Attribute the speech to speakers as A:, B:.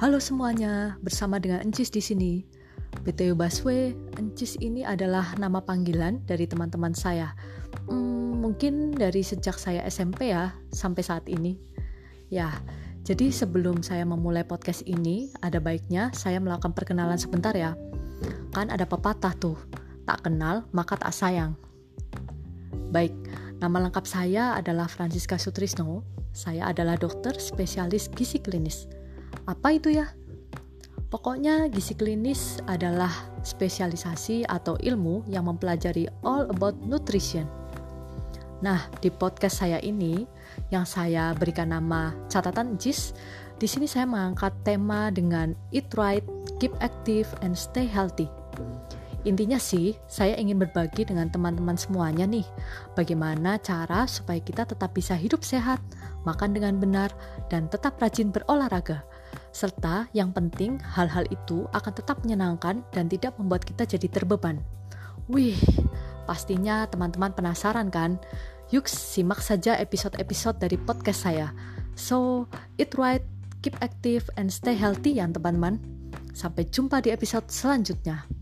A: Halo semuanya, bersama dengan Encis di sini. BTW Baswe, Encis ini adalah nama panggilan dari teman-teman saya. Mungkin dari sejak saya SMP ya, sampai saat ini. Ya, jadi sebelum saya memulai podcast ini, ada baiknya saya melakukan perkenalan sebentar ya. Kan ada pepatah tuh, tak kenal maka tak sayang. Baik, nama lengkap saya adalah Francisca Sutrisno. Saya adalah dokter spesialis gizi klinis. Apa itu ya? Pokoknya gizi klinis adalah spesialisasi atau ilmu yang mempelajari all about nutrition. Nah, di podcast saya ini yang saya berikan nama catatan GIS, di sini saya mengangkat tema dengan eat right, keep active, and stay healthy. Intinya sih, saya ingin berbagi dengan teman-teman semuanya nih, bagaimana cara supaya kita tetap bisa hidup sehat, makan dengan benar, dan tetap rajin berolahraga. Serta yang penting, hal-hal itu akan tetap menyenangkan dan tidak membuat kita jadi terbeban. Wih, pastinya teman-teman penasaran kan? Yuk simak saja episode-episode dari podcast saya. So, eat right, keep active, and stay healthy ya teman-teman. Sampai jumpa di episode selanjutnya.